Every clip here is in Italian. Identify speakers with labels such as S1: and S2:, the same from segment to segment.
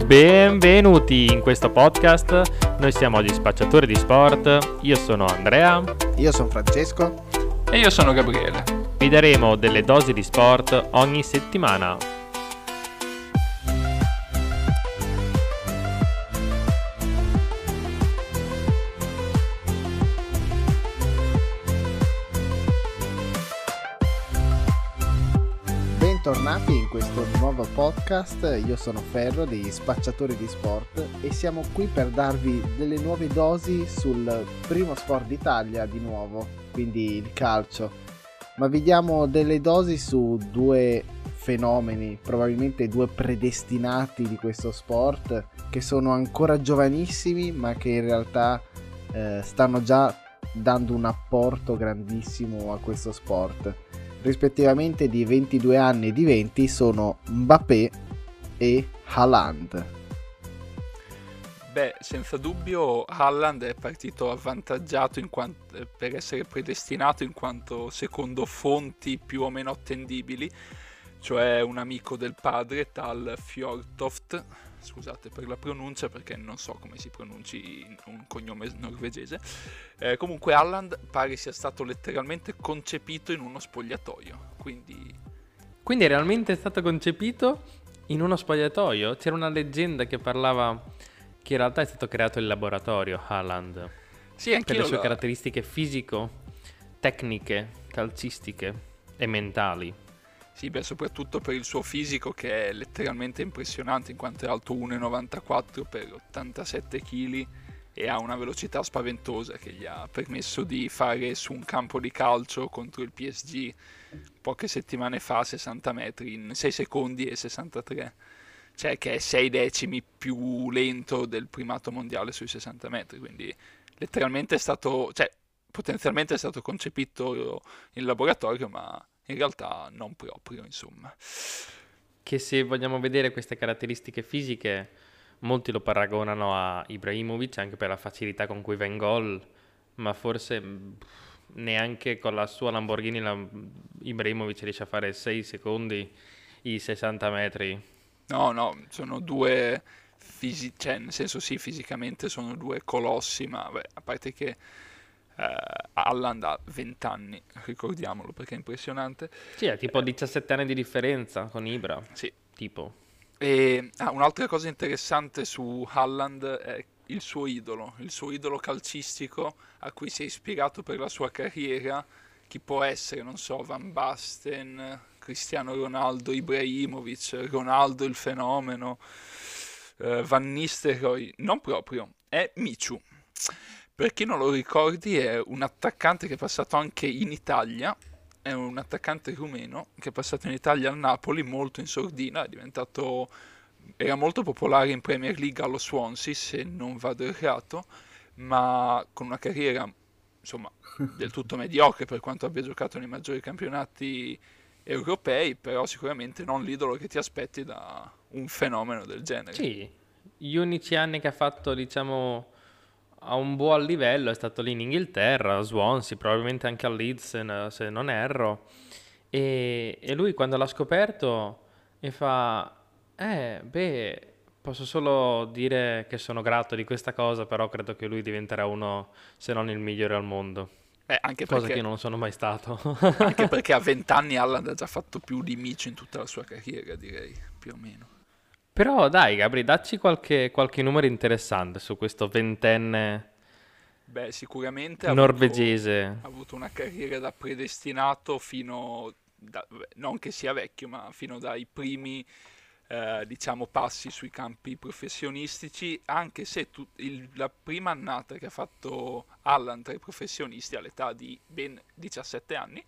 S1: Benvenuti in questo podcast. Noi siamo gli Spacciatori di Sport. Io sono Andrea.
S2: Io sono Francesco.
S3: E io sono Gabriele.
S1: Vi daremo delle dosi di sport ogni settimana.
S2: Bentornati in questo nuovo podcast. Io sono Ferro degli Spacciatori di Sport e siamo qui per darvi delle nuove dosi sul primo sport d'Italia di nuovo, quindi il calcio. Ma vi diamo delle dosi su due fenomeni, probabilmente due predestinati di questo sport, che sono ancora giovanissimi ma che in realtà stanno già dando un apporto grandissimo a questo sport. Rispettivamente di 22 anni e di 20 sono Mbappé e Haaland.
S3: Beh, senza dubbio Haaland è partito avvantaggiato per essere predestinato in quanto secondo fonti più o meno attendibili, cioè un amico del padre, tal Fjørtoft, scusate per la pronuncia perché non so come si pronunci un cognome norvegese. Comunque Haaland pare sia stato letteralmente concepito in uno spogliatoio, quindi
S1: Realmente è stato concepito in uno spogliatoio? C'era una leggenda che parlava che in realtà è stato creato in laboratorio Haaland.
S3: sì, anche
S1: per le sue caratteristiche fisico, tecniche, calcistiche e mentali.
S3: Sì, beh, soprattutto per il suo fisico che è letteralmente impressionante in quanto è alto 1,94 per 87 kg e ha una velocità spaventosa che gli ha permesso di fare su un campo di calcio contro il PSG poche settimane fa 60 metri in 6 secondi e 63, cioè che è 6 decimi più lento del primato mondiale sui 60 metri, quindi letteralmente è stato, cioè potenzialmente è stato concepito in laboratorio, ma in realtà non proprio, insomma.
S1: Che se vogliamo vedere queste caratteristiche fisiche, molti lo paragonano a Ibrahimovic anche per la facilità con cui va in gol, ma forse neanche con la sua Lamborghini Ibrahimovic riesce a fare 6 secondi i 60 metri.
S3: No, sono due cioè nel senso sì, fisicamente sono due colossi, ma beh, a parte che Haaland ha 20 anni, ricordiamolo perché è impressionante.
S1: Sì, è tipo 17 anni di differenza con Ibra.
S3: Sì.
S1: Tipo.
S3: E un'altra cosa interessante su Haaland è il suo idolo calcistico a cui si è ispirato per la sua carriera. Chi può essere, non so, Van Basten, Cristiano Ronaldo, Ibrahimovic, Ronaldo il fenomeno, Van Nistelrooy, non proprio, è Michu. Per chi non lo ricordi è un attaccante che è passato anche in Italia, è un attaccante rumeno che è passato in Italia al Napoli, molto in sordina, era molto popolare in Premier League allo Swansea, se non vado errato, ma con una carriera insomma del tutto mediocre per quanto abbia giocato nei maggiori campionati europei, però sicuramente non l'idolo che ti aspetti da un fenomeno del genere.
S1: Sì, gli unici anni che ha fatto, diciamo, a un buon livello è stato lì in Inghilterra, a Swansea, probabilmente anche a Leeds, se non erro. E lui quando l'ha scoperto mi fa, posso solo dire che sono grato di questa cosa, però credo che lui diventerà uno, se non il migliore al mondo.
S3: Anche
S1: Cosa
S3: perché,
S1: che io non sono mai stato.
S3: anche perché a 20 anni Haaland ha già fatto più di Michu in tutta la sua carriera, direi, più o meno.
S1: Però dai Gabri, dacci qualche numero interessante su questo ventenne
S3: Beh, sicuramente
S1: norvegese.
S3: ha avuto una carriera da predestinato non che sia vecchio, ma fino dai primi, diciamo, passi sui campi professionistici, anche se la prima annata che ha fatto Haaland tra i professionisti all'età di ben 17 anni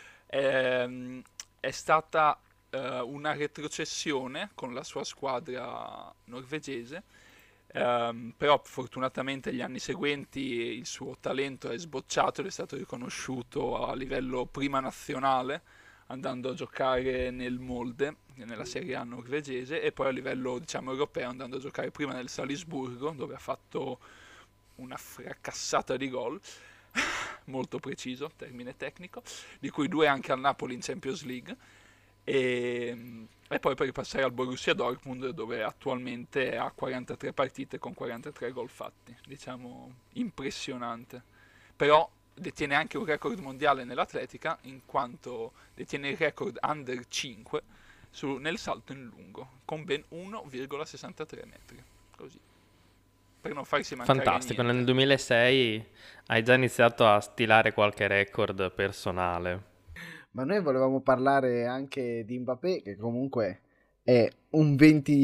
S3: è stata una retrocessione con la sua squadra norvegese. Però fortunatamente negli anni seguenti il suo talento è sbocciato ed è stato riconosciuto a livello prima nazionale, andando a giocare nel Molde, nella Serie A norvegese, e poi a livello, diciamo, europeo, andando a giocare prima nel Salisburgo, dove ha fatto una fracassata di gol, molto preciso, termine tecnico, di cui 2 anche al Napoli in Champions League. E poi per ripassare al Borussia Dortmund, dove attualmente ha 43 partite con 43 gol fatti. Diciamo impressionante. Però detiene anche un record mondiale nell'atletica, in quanto detiene il record under 5 nel salto in lungo, con ben 1,63 metri. Così, per non farsi mancare
S1: Fantastico,
S3: niente.
S1: nel 2006 hai già iniziato a stilare qualche record personale.
S2: Ma noi volevamo parlare anche di Mbappé, che comunque è un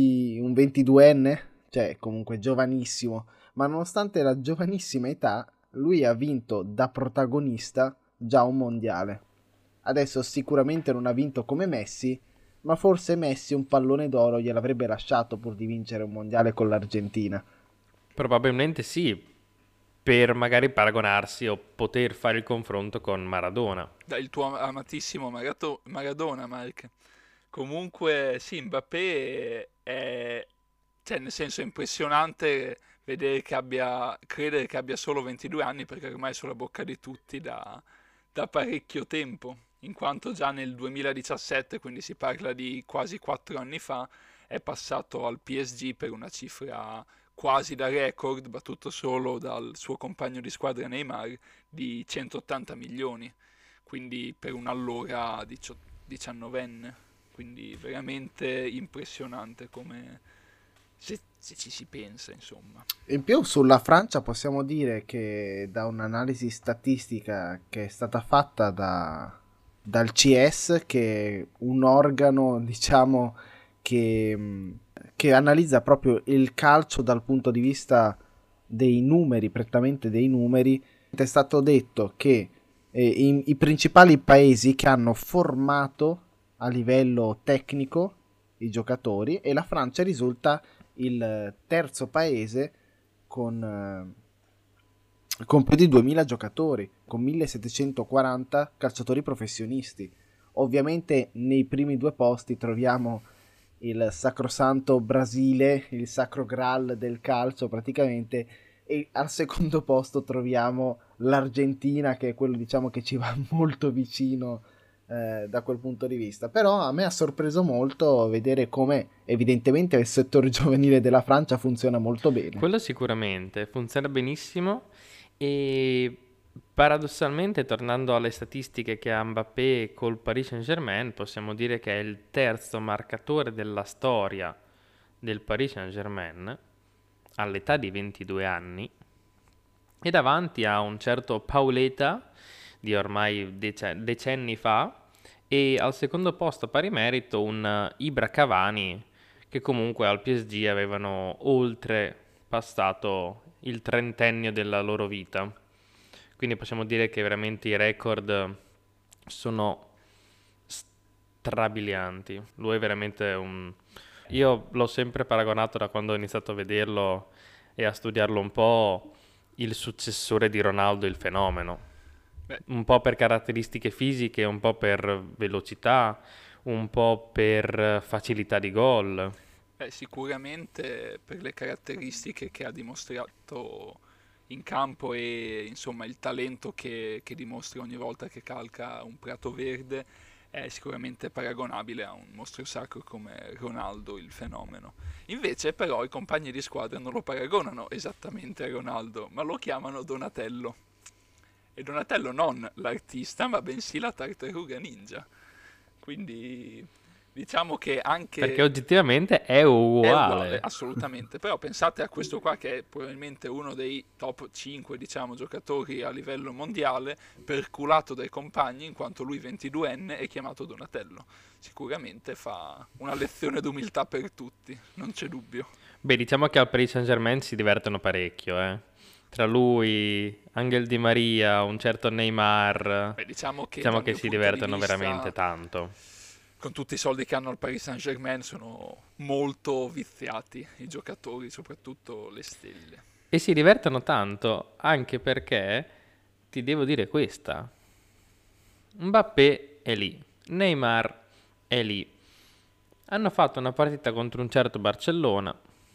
S2: 22enne, cioè comunque giovanissimo, ma nonostante la giovanissima età, lui ha vinto da protagonista già un mondiale. Adesso sicuramente non ha vinto come Messi, ma forse Messi un pallone d'oro gliel'avrebbe lasciato pur di vincere un mondiale con l'Argentina.
S1: Probabilmente sì, per magari paragonarsi o poter fare il confronto con Maradona.
S3: Dai, il tuo amatissimo Maradona, Mark. Comunque, sì, Mbappé è, cioè, nel senso, è impressionante vedere credere che abbia solo 22 anni, perché ormai è sulla bocca di tutti da parecchio tempo, in quanto già nel 2017, quindi si parla di quasi 4 anni fa, è passato al PSG per una cifra quasi da record, battuto solo dal suo compagno di squadra Neymar, di 180 milioni, quindi per un allora 19enne, quindi veramente impressionante come se ci si pensa, insomma.
S2: In più sulla Francia possiamo dire che da un'analisi statistica che è stata fatta dal CS, che è un organo, diciamo, che analizza proprio il calcio dal punto di vista dei numeri, prettamente dei numeri, è stato detto che i principali paesi che hanno formato a livello tecnico i giocatori, e la Francia risulta il terzo paese con più di 2000 giocatori, con 1740 calciatori professionisti. Ovviamente nei primi due posti troviamo il sacrosanto Brasile, il sacro Graal del calcio praticamente, e al secondo posto troviamo l'Argentina, che è quello, diciamo, che ci va molto vicino da quel punto di vista. Però a me ha sorpreso molto vedere come evidentemente il settore giovanile della Francia funziona molto bene.
S1: Quello sicuramente funziona benissimo e paradossalmente, tornando alle statistiche che ha Mbappé col Paris Saint-Germain, possiamo dire che è il terzo marcatore della storia del Paris Saint-Germain all'età di 22 anni, e davanti a un certo Pauleta di ormai decenni fa, e al secondo posto pari merito un Ibra Cavani, che comunque al PSG avevano oltrepassato il trentennio della loro vita. Quindi possiamo dire che veramente i record sono strabilianti. Lui è veramente un... Io l'ho sempre paragonato, da quando ho iniziato a vederlo e a studiarlo un po', il successore di Ronaldo, il fenomeno.
S3: Beh,
S1: Un po' per caratteristiche fisiche, un po' per velocità, un po' per facilità di gol.
S3: sicuramente per le caratteristiche che ha dimostrato in campo e insomma il talento che dimostra ogni volta che calca un prato verde, è sicuramente paragonabile a un mostro sacro come Ronaldo, il fenomeno. Invece però i compagni di squadra non lo paragonano esattamente a Ronaldo, ma lo chiamano Donatello. E Donatello non l'artista, ma bensì la tartaruga ninja. Quindi diciamo che
S1: Perché
S3: anche
S1: oggettivamente è
S3: è uguale,
S1: uguale.
S3: assolutamente. Però pensate a questo qua, che è probabilmente uno dei top 5, diciamo, giocatori a livello mondiale, perculato dai compagni, in quanto lui 22enne è chiamato Donatello. Sicuramente fa una lezione d'umiltà per tutti, non c'è dubbio.
S1: Beh, diciamo che al Paris Saint-Germain si divertono parecchio, eh. Tra lui, Angel Di Maria, un certo Neymar,
S3: Beh, diciamo che
S1: diciamo
S3: dal
S1: che
S3: mio
S1: si
S3: punto di
S1: divertono veramente
S3: vista,
S1: tanto.
S3: con tutti i soldi che hanno al Paris Saint-Germain, sono molto viziati i giocatori, soprattutto le stelle.
S1: E si divertono tanto anche perché, ti devo dire questa, Mbappé è lì, Neymar è lì. Hanno fatto una partita contro un certo Barcellona,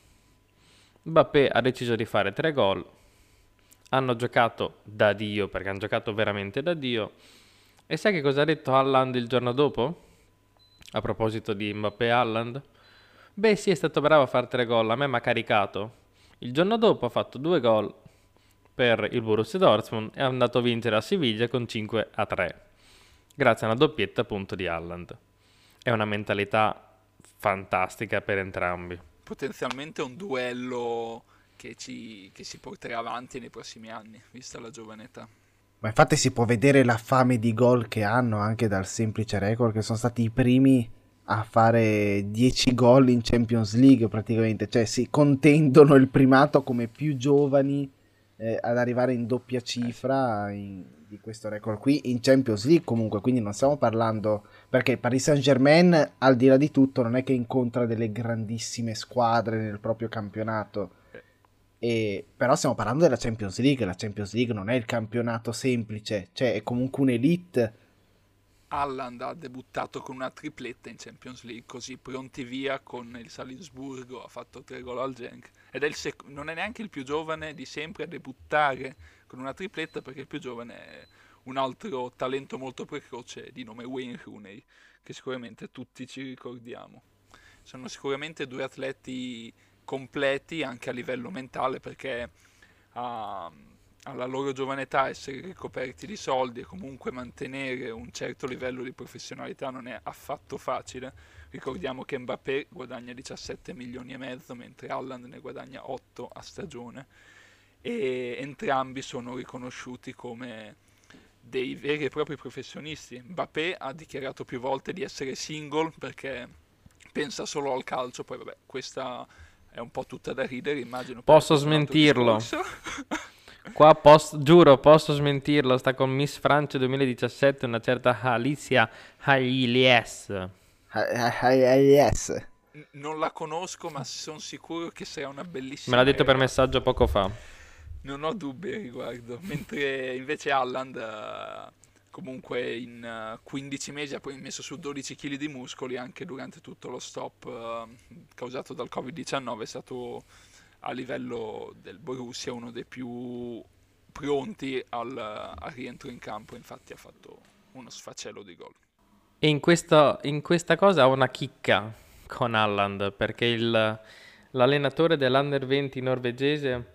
S1: Mbappé ha deciso di fare 3 gol, hanno giocato da Dio, perché hanno giocato veramente da Dio, e sai che cosa ha detto Haaland il giorno dopo? A proposito di Mbappé e Haaland, beh sì, è stato bravo a fare 3 gol, a me mi ha caricato. Il giorno dopo ha fatto 2 gol per il Borussia Dortmund e è andato a vincere a Siviglia con 5-3, grazie a una doppietta appunto di Haaland. È una mentalità fantastica per entrambi.
S3: Potenzialmente un duello che si porterà avanti nei prossimi anni, vista la giovane età.
S2: Ma infatti si può vedere la fame di gol che hanno anche dal semplice record, che sono stati i primi a fare 10 gol in Champions League praticamente, cioè si contendono il primato come più giovani ad arrivare in doppia cifra di questo record qui in Champions League comunque, quindi non stiamo parlando, perché Paris Saint-Germain al di là di tutto non è che incontra delle grandissime squadre nel proprio campionato. Però stiamo parlando della Champions League. La Champions League non è il campionato semplice, cioè è comunque un'elite.
S3: Haaland ha debuttato con una tripletta in Champions League, così pronti via con il Salisburgo, ha fatto 3 gol al Genk ed è non è neanche il più giovane di sempre a debuttare con una tripletta, perché il più giovane è un altro talento molto precoce di nome Wayne Rooney, che sicuramente tutti ci ricordiamo. Sono sicuramente due atleti completi anche a livello mentale, perché a- alla loro giovane età essere ricoperti di soldi e comunque mantenere un certo livello di professionalità non è affatto facile. Ricordiamo che Mbappé guadagna 17 milioni e mezzo, mentre Haaland ne guadagna 8 a stagione, e entrambi sono riconosciuti come dei veri e propri professionisti. Mbappé ha dichiarato più volte di essere single perché pensa solo al calcio, poi vabbè, questa è un po' tutta da ridere, immagino.
S1: Posso
S3: Questo è un altro
S1: smentirlo.
S3: discorso.
S1: Qua giuro, posso smentirlo. Sta con Miss Francia 2017, una certa Alicia Hayes.
S2: Yes.
S3: Non la conosco, ma sono sicuro che sarà una
S1: Me
S3: bellissima
S1: l'ha detto per
S3: ragazza.
S1: messaggio poco fa.
S3: Non ho dubbi al riguardo. Mentre invece Haaland, comunque in 15 mesi ha poi messo su 12 kg di muscoli anche durante tutto lo stop causato dal Covid-19. È stato a livello del Borussia uno dei più pronti al rientro in campo. Infatti ha fatto uno sfacelo di gol.
S1: E in questa cosa ho una chicca con Haaland, perché l'allenatore dell'Under 20 norvegese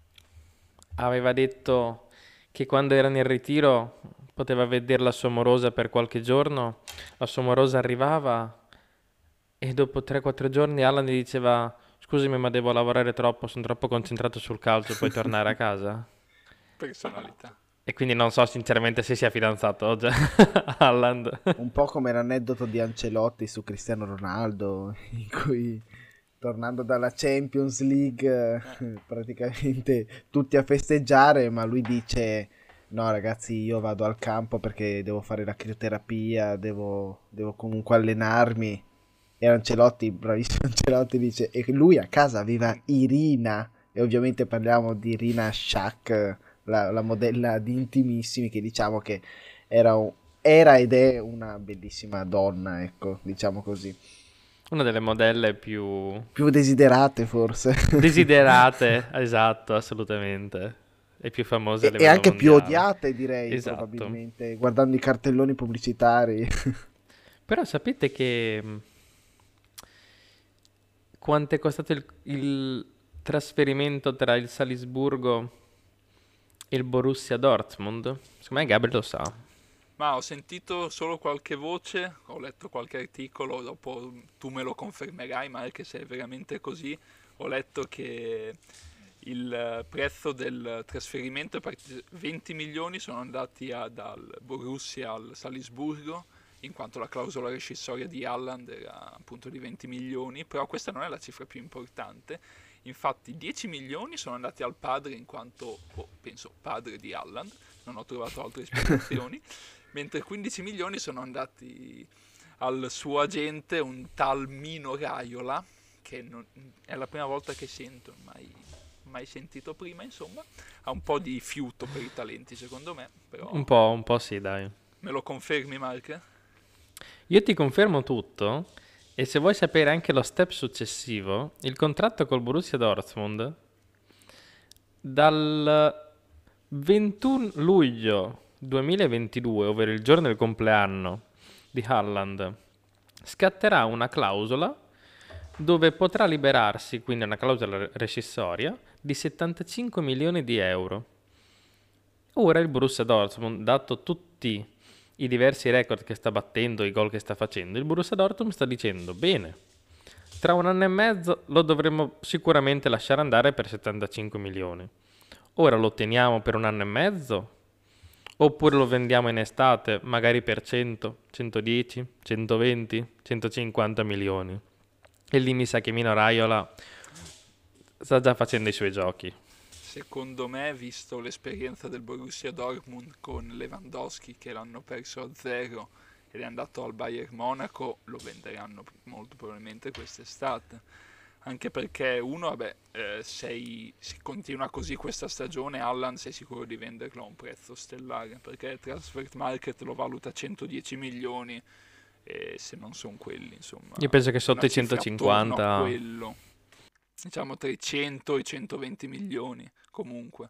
S1: aveva detto che quando era nel ritiro poteva vedere la sua morosa per qualche giorno. La sua morosa arrivava e dopo 3-4 giorni Haaland gli diceva: scusami, ma devo lavorare troppo, sono troppo concentrato sul calcio, puoi tornare a casa?
S3: Personalità.
S1: E quindi non so sinceramente se sia fidanzato oggi Haaland.
S2: Un po' come l'aneddoto di Ancelotti su Cristiano Ronaldo, in cui tornando dalla Champions League praticamente tutti a festeggiare, ma lui dice: no ragazzi, io vado al campo perché devo fare la crioterapia, devo comunque allenarmi. E Ancelotti, bravissimo Ancelotti, dice: e lui a casa aveva Irina, e ovviamente parliamo di Irina Shayk, la modella di Intimissimi, che diciamo che era, era ed è una bellissima donna, ecco, diciamo così.
S1: Una delle modelle più
S2: Più desiderate forse.
S1: desiderate, esatto, assolutamente, e più famose a
S2: E
S1: livello
S2: anche più
S1: mondiale.
S2: odiate, direi,
S1: Esatto.
S2: probabilmente, guardando i cartelloni pubblicitari.
S1: Però sapete che quanto è costato il trasferimento tra il Salisburgo e il Borussia Dortmund? Secondo me Gabriel lo sa.
S3: Ma ho sentito solo qualche voce, ho letto qualche articolo, dopo tu me lo confermerai, ma anche se è veramente così, ho letto che il prezzo del trasferimento è 20 milioni sono andati dal Borussia al Salisburgo, in quanto la clausola rescissoria di Haaland era appunto di 20 milioni, però questa non è la cifra più importante. Infatti 10 milioni sono andati al padre in quanto, penso, padre di Haaland, non ho trovato altre spiegazioni, mentre 15 milioni sono andati al suo agente, un tal Mino Raiola, che è la prima volta che sento, mai sentito prima, insomma, ha un po' di fiuto per i talenti secondo me, però
S1: Un po' sì, dai.
S3: me lo confermi, Mark?
S1: Io ti confermo tutto, e se vuoi sapere anche lo step successivo, il contratto col Borussia Dortmund dal 21 luglio 2022, ovvero il giorno del compleanno di Haaland, scatterà una clausola dove potrà liberarsi, quindi una clausola rescissoria, di 75 milioni di euro. Ora il Borussia Dortmund, dato tutti i diversi record che sta battendo, i gol che sta facendo, il Borussia Dortmund sta dicendo, bene, tra un anno e mezzo lo dovremmo sicuramente lasciare andare per 75 milioni. Ora lo teniamo per un anno e mezzo? Oppure lo vendiamo in estate, magari per 100, 110, 120, 150 milioni? E lì mi sa che Mino Raiola sta già facendo i suoi giochi.
S3: Secondo me, visto l'esperienza del Borussia Dortmund con Lewandowski che l'hanno perso a zero ed è andato al Bayern Monaco, lo venderanno molto probabilmente quest'estate. Anche perché uno, vabbè, se continua così questa stagione, Haaland sei sicuro di venderlo a un prezzo stellare, perché il Transfer Market lo valuta a 110 milioni e se non sono quelli, insomma,
S1: Io penso che sotto
S3: una
S1: i
S3: cifra attorno a
S1: 150...
S3: quello, diciamo tra i 100 e i 120 milioni comunque,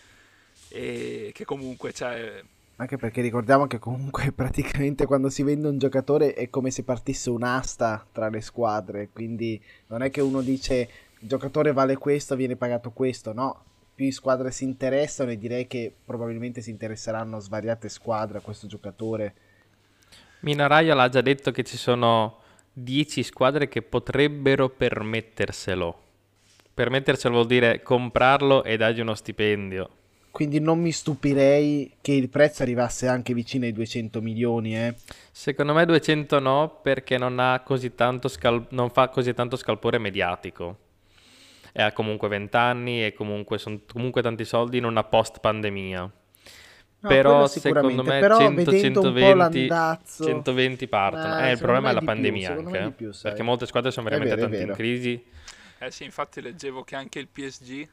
S3: e che comunque c'è.
S2: Anche perché ricordiamo che comunque praticamente quando si vende un giocatore è come se partisse un'asta tra le squadre, quindi non è che uno dice il giocatore vale questo, viene pagato questo, no. Più squadre si interessano e direi che probabilmente si interesseranno svariate squadre a questo giocatore.
S1: Mino Raiola ha già detto che ci sono 10 squadre che potrebbero permetterselo. Permetterselo vuol dire comprarlo e dargli uno stipendio.
S2: Quindi non mi stupirei che il prezzo arrivasse anche vicino ai 200 milioni, eh.
S1: Secondo me 200 no, perché non ha così tanto non fa così tanto scalpore mediatico. E ha comunque 20 anni e comunque sono comunque tanti soldi in una post pandemia.
S2: No, quello
S1: Però secondo
S2: sicuramente,
S1: me
S2: però
S1: 100,
S2: vedendo un po'
S1: 120,
S2: l'andazzo,
S1: 120 partono. Il
S2: secondo
S1: problema
S2: me
S1: è la
S2: di più,
S1: pandemia
S2: secondo me di
S1: anche,
S2: più,
S1: perché
S2: sai.
S1: molte squadre sono
S2: È
S1: veramente
S2: vero, è
S1: tanto in
S2: vero.
S1: crisi.
S3: Eh sì, infatti leggevo che anche il PSG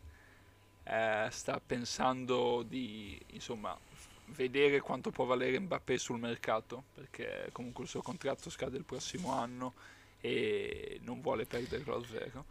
S3: sta pensando di, insomma, vedere quanto può valere Mbappé sul mercato, perché comunque il suo contratto scade il prossimo anno e non vuole perderlo a zero.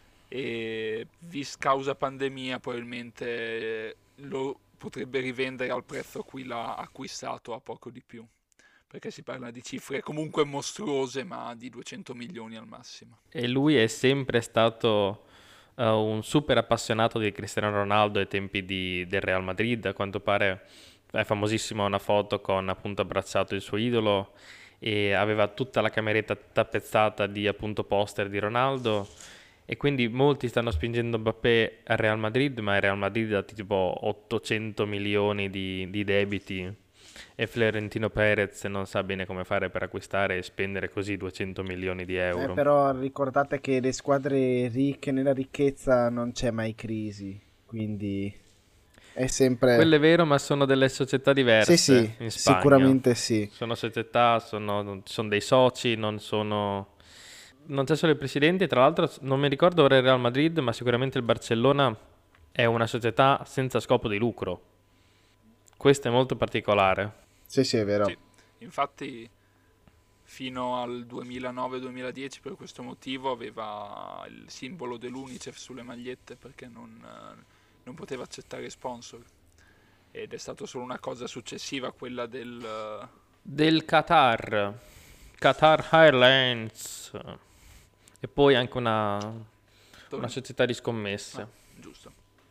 S3: E causa pandemia probabilmente lo potrebbe rivendere al prezzo a cui l'ha acquistato, a poco di più, perché si parla di cifre comunque mostruose, ma di 200 milioni al massimo.
S1: E lui è sempre stato un super appassionato di Cristiano Ronaldo ai tempi del Real Madrid. A quanto pare è famosissima una foto con appunto abbracciato il suo idolo e aveva tutta la cameretta tappezzata di appunto poster di Ronaldo. E quindi molti stanno spingendo Mbappé al Real Madrid, ma il Real Madrid ha tipo 800 milioni di debiti e Florentino Perez non sa bene come fare per acquistare e spendere così 200 milioni di euro.
S2: Però ricordate che le squadre ricche nella ricchezza non c'è mai crisi, quindi è sempre...
S1: Quello è vero, ma sono delle società
S2: Sì,
S1: diverse
S2: sì,
S1: in Spagna.
S2: sicuramente sì.
S1: Sono società, sono dei soci, non sono... Non c'è solo il presidente, tra l'altro non mi ricordo ora il Real Madrid, ma sicuramente il Barcellona è una società senza scopo di lucro. Questo è molto particolare.
S2: Sì, sì, è vero.
S3: Sì, infatti fino al 2009-2010 per questo motivo aveva il simbolo dell'Unicef sulle magliette perché non poteva accettare sponsor, ed è stato solo una cosa successiva, quella
S1: Del Qatar Airlines, e poi anche una società di scommesse.
S3: giusto,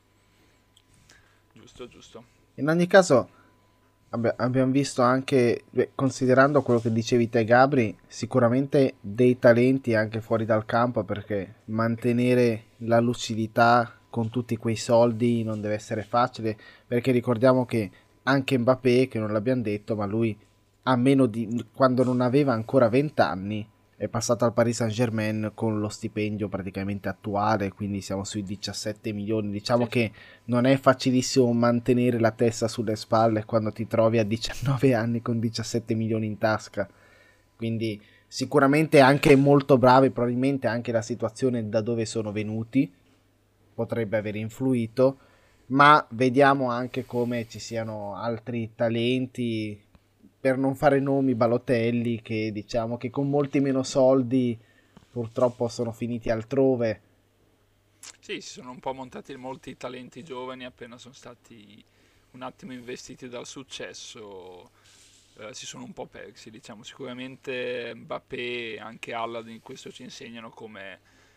S3: giusto, giusto.
S2: In ogni caso, abbiamo visto anche, considerando quello che dicevi te, Gabri, sicuramente dei talenti anche fuori dal campo, perché mantenere la lucidità con tutti quei soldi non deve essere facile, perché ricordiamo che anche Mbappé, che non l'abbiamo detto, ma lui a meno di quando non aveva ancora 20 anni è passato al Paris Saint-Germain con lo stipendio praticamente attuale, quindi siamo sui 17 milioni. Diciamo
S3: Sì.
S2: che non è facilissimo mantenere la testa sulle spalle quando ti trovi a 19 anni con 17 milioni in tasca. Quindi sicuramente anche molto bravi, probabilmente anche la situazione da dove sono venuti potrebbe aver influito, ma vediamo anche come ci siano altri talenti, per non fare nomi, Balotelli, che diciamo che con molti meno soldi purtroppo sono finiti altrove.
S3: Sì, si sono un po' montati molti talenti giovani appena sono stati un attimo investiti dal successo. si sono un po' persi, diciamo. Sicuramente Mbappé e anche Haaland in questo ci insegnano come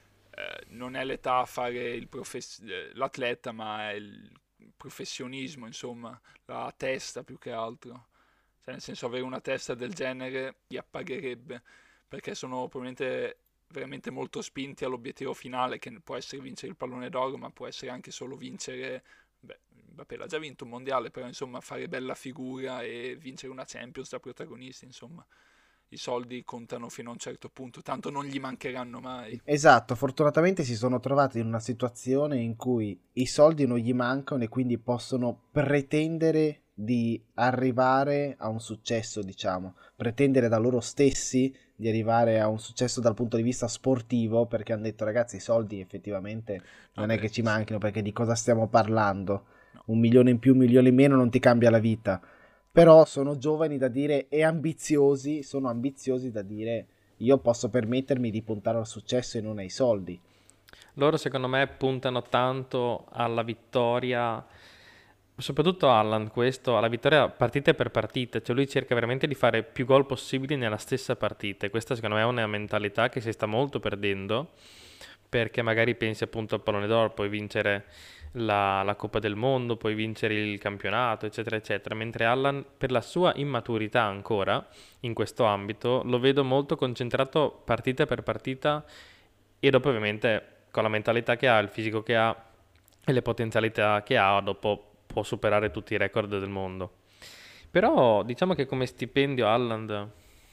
S3: non è l'età a fare l'atleta, ma è il professionismo, insomma, la testa più che altro. Cioè, nel senso, avere una testa del genere ti appagherebbe, perché sono probabilmente veramente molto spinti all'obiettivo finale, che può essere vincere il pallone d'oro, ma può essere anche solo vincere, beh, Mbappé l'ha già vinto un mondiale, però insomma fare bella figura e vincere una Champions da protagonisti, insomma, i soldi contano fino a un certo punto, tanto non gli mancheranno mai.
S2: Esatto, fortunatamente si sono trovati in una situazione in cui i soldi non gli mancano e quindi possono pretendere di arrivare a un successo, diciamo, pretendere da loro stessi di arrivare a un successo dal punto di vista sportivo, perché hanno detto ragazzi i soldi effettivamente non è
S3: Vabbè,
S2: che ci
S3: sì,
S2: manchino, perché di cosa stiamo parlando?
S3: no.
S2: 1 milione in più, 1 milione in meno non ti cambia la vita. Però sono giovani da dire e ambiziosi, sono ambiziosi da dire io posso permettermi di puntare al successo e non ai soldi.
S1: Loro secondo me puntano tanto alla vittoria, soprattutto Haaland questo, alla vittoria partita per partita, cioè lui cerca veramente di fare più gol possibili nella stessa partita e questa secondo me è una mentalità che si sta molto perdendo perché magari pensi appunto al pallone d'oro, puoi vincere la Coppa del Mondo, puoi vincere il campionato, eccetera, eccetera, mentre Haaland per la sua immaturità ancora in questo ambito lo vedo molto concentrato partita per partita e dopo ovviamente con la mentalità che ha, il fisico che ha e le potenzialità che ha, dopo può superare tutti i record del mondo. Però diciamo che come stipendio Haaland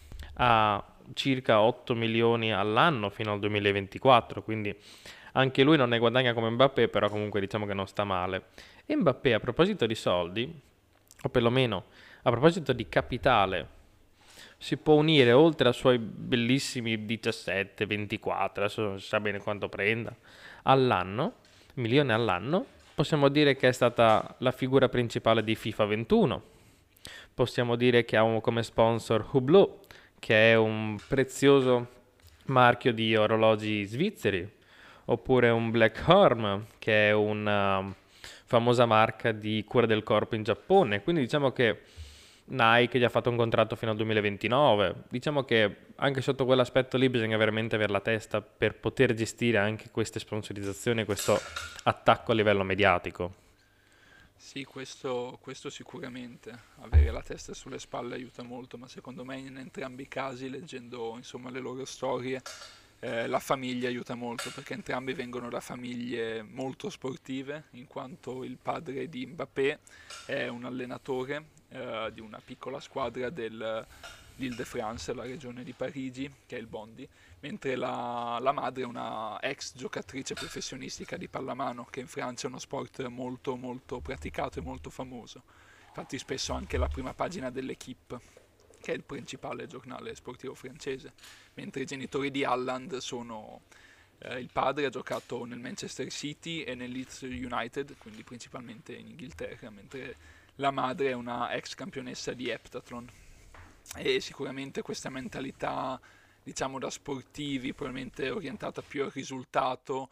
S1: ha circa 8 milioni all'anno fino al 2024, quindi anche lui non ne guadagna come Mbappé, però comunque diciamo che non sta male. E Mbappé a proposito di soldi, o perlomeno a proposito di capitale, si può unire oltre ai suoi bellissimi 17, 24, adesso non si sa bene quanto prenda, all'anno, milione all'anno, possiamo dire che è stata la figura principale di FIFA 21. Possiamo dire che ha come sponsor Hublot, che è un prezioso marchio di orologi svizzeri, oppure un Black Horn, che è una famosa marca di cura del corpo in Giappone. Quindi diciamo che Nike gli ha fatto un contratto fino al 2029. Diciamo che anche sotto quell'aspetto lì bisogna veramente avere la testa per poter gestire anche queste sponsorizzazioni e questo attacco a livello mediatico.
S3: Sì, questo sicuramente, avere la testa sulle spalle aiuta molto, ma secondo me in entrambi i casi, leggendo insomma le loro storie, la famiglia aiuta molto, perché entrambi vengono da famiglie molto sportive, in quanto il padre di Mbappé è un allenatore di una piccola squadra dell'Île-de-France, la regione di Parigi, che è il Bondy, mentre la madre è una ex giocatrice professionistica di pallamano, che in Francia è uno sport molto molto praticato e molto famoso. Infatti spesso anche la prima pagina dell'Equipe, che è il principale giornale sportivo francese, mentre i genitori di Haaland sono il padre ha giocato nel Manchester City e nel Leeds United, quindi principalmente in Inghilterra, mentre la madre è una ex campionessa di heptathlon. E sicuramente questa mentalità, diciamo da sportivi, probabilmente orientata più al risultato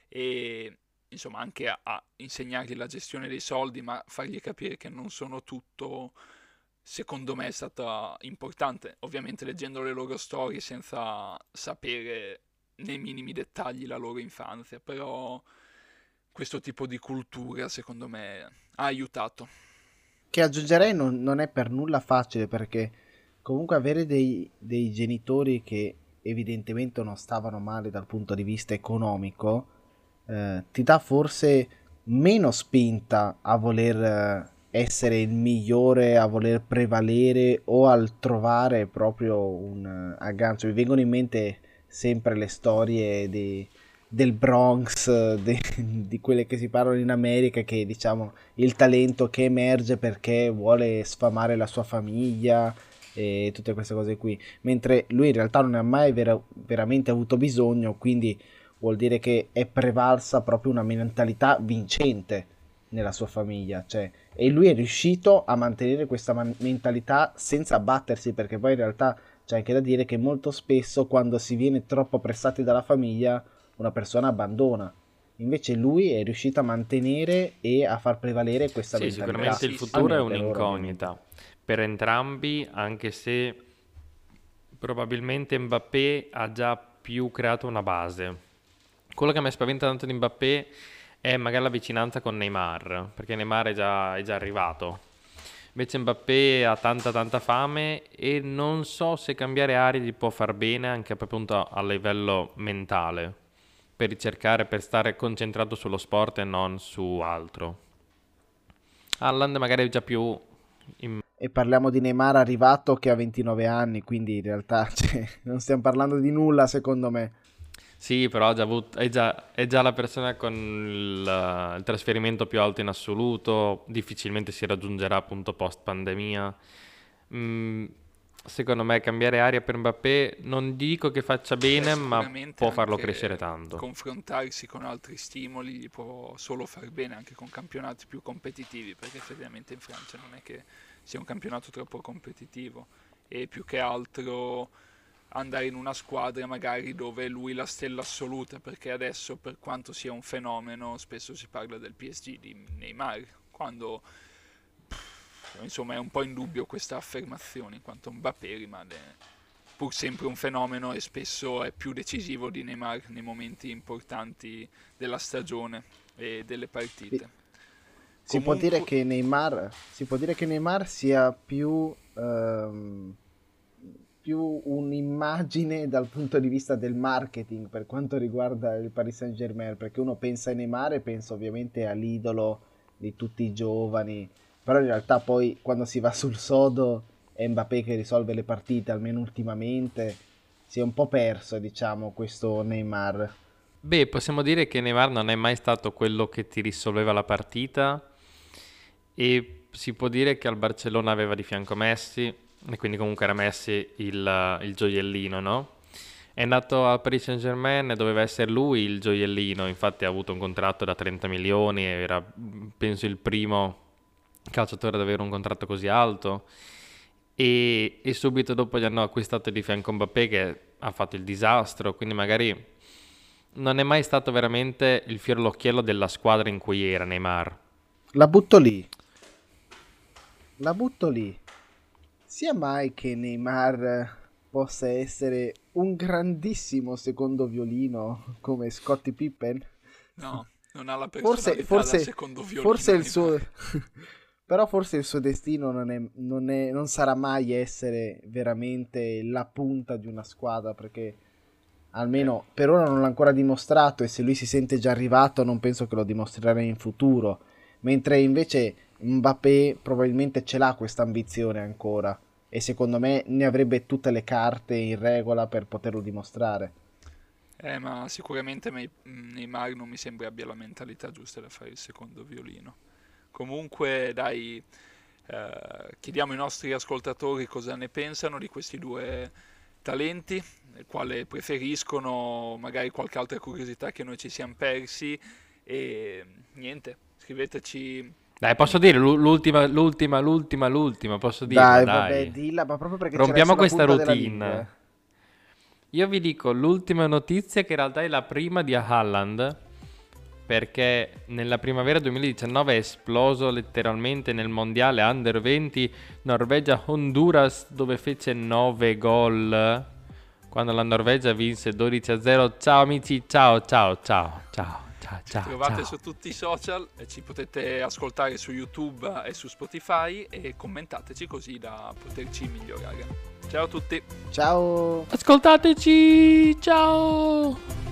S3: e insomma anche a insegnargli la gestione dei soldi, ma fargli capire che non sono tutto, secondo me è stata importante, ovviamente leggendo le loro storie senza sapere nei minimi dettagli la loro infanzia, però questo tipo di cultura secondo me ha aiutato.
S2: Che aggiungerei non è per nulla facile, perché comunque avere dei genitori che evidentemente non stavano male dal punto di vista economico ti dà forse meno spinta a voler essere il migliore, a voler prevalere o al trovare proprio un aggancio. Mi vengono in mente sempre le storie del Bronx, di quelle che si parlano in America, che diciamo il talento che emerge perché vuole sfamare la sua famiglia e tutte queste cose qui, mentre lui in realtà non ne ha mai veramente avuto bisogno, quindi vuol dire che è prevalsa proprio una mentalità vincente nella sua famiglia, cioè, e lui è riuscito a mantenere questa mentalità senza abbattersi, perché poi in realtà c'è anche da dire che molto spesso quando si viene troppo pressati dalla famiglia una persona abbandona. Invece lui è riuscito a mantenere e a far prevalere questa
S1: Sì,
S2: mentalità.
S1: sicuramente il
S3: Sì, sì.
S1: futuro è
S2: Almeno per ora,
S1: un'incognita,
S2: ovviamente.
S1: per entrambi, anche se probabilmente Mbappé ha già più creato una base. Quello che mi spaventa tanto di Mbappé è magari la vicinanza con Neymar, perché Neymar è già arrivato. Invece Mbappé ha tanta fame e non so se cambiare aria gli può far bene anche proprio appunto a livello mentale, per ricercare, per stare concentrato sullo sport e non su altro. Haaland magari è già più
S2: E parliamo di Neymar arrivato che ha 29 anni, quindi in realtà non stiamo parlando di nulla secondo me.
S1: Sì, però è già la persona con il trasferimento più alto in assoluto, difficilmente si raggiungerà appunto post pandemia. Secondo me cambiare aria per Mbappé non dico che faccia bene, ma
S3: Sicuramente
S1: può farlo
S3: anche
S1: crescere tanto.
S3: confrontarsi con altri stimoli gli può solo far bene anche con campionati più competitivi, perché effettivamente in Francia non è che sia un campionato troppo competitivo e più che altro andare in una squadra magari dove è lui la stella assoluta, perché adesso per quanto sia un fenomeno spesso si parla del PSG di Neymar, quando insomma è un po' in dubbio questa affermazione, in quanto Mbappé rimane pur sempre un fenomeno e spesso è più decisivo di Neymar nei momenti importanti della stagione e delle partite.
S2: Si può dire che Neymar sia più un'immagine dal punto di vista del marketing per quanto riguarda il Paris Saint-Germain, perché uno pensa a Neymar e pensa ovviamente all'idolo di tutti i giovani, però in realtà poi quando si va sul sodo è Mbappé che risolve le partite, almeno ultimamente si è un po' perso, diciamo, questo Neymar.
S1: Beh, possiamo dire che Neymar non è mai stato quello che ti risolveva la partita e si può dire che al Barcellona aveva di fianco Messi e quindi comunque era Messi il gioiellino, no? È andato al Paris Saint-Germain e doveva essere lui il gioiellino, infatti ha avuto un contratto da 30 milioni, era penso il primo calciatore ad avere un contratto così alto e subito dopo gli hanno acquistato di fianco Mbappé che ha fatto il disastro, quindi magari non è mai stato veramente il fiore all'occhiello della squadra in cui era Neymar.
S2: La butto lì. Sia mai che Neymar possa essere un grandissimo secondo violino come Scottie Pippen?
S3: No, non ha la personalità da secondo violino.
S2: Forse il suo però forse il suo destino non sarà mai essere veramente la punta di una squadra, perché almeno per ora non l'ha ancora dimostrato, e se lui si sente già arrivato non penso che lo dimostrerà in futuro, mentre invece Mbappé probabilmente ce l'ha questa ambizione ancora e secondo me ne avrebbe tutte le carte in regola per poterlo dimostrare.
S3: Ma sicuramente Neymar non mi sembra abbia la mentalità giusta da fare il secondo violino. Comunque, dai, chiediamo ai nostri ascoltatori cosa ne pensano di questi due talenti, quale preferiscono, magari qualche altra curiosità che noi ci siamo persi, e niente, scriveteci.
S1: Dai, posso dire l'ultima, posso dirla,
S2: Dai,
S1: dai.
S2: vabbè, dilla, ma proprio perché
S1: Rompiamo
S2: ce l'hai sulla
S1: questa
S2: punta della
S1: routine.
S2: lingua.
S1: Io vi dico l'ultima notizia che in realtà è la prima di Haaland, perché nella primavera 2019 è esploso letteralmente nel mondiale Under 20 Norvegia-Honduras, dove fece 9 gol quando la Norvegia vinse 12-0. Ciao amici, ciao.
S3: Ci trovate su tutti i social, ci potete ascoltare su YouTube e su Spotify e commentateci così da poterci migliorare. Ciao a tutti!
S2: Ciao!
S1: Ascoltateci, ciao!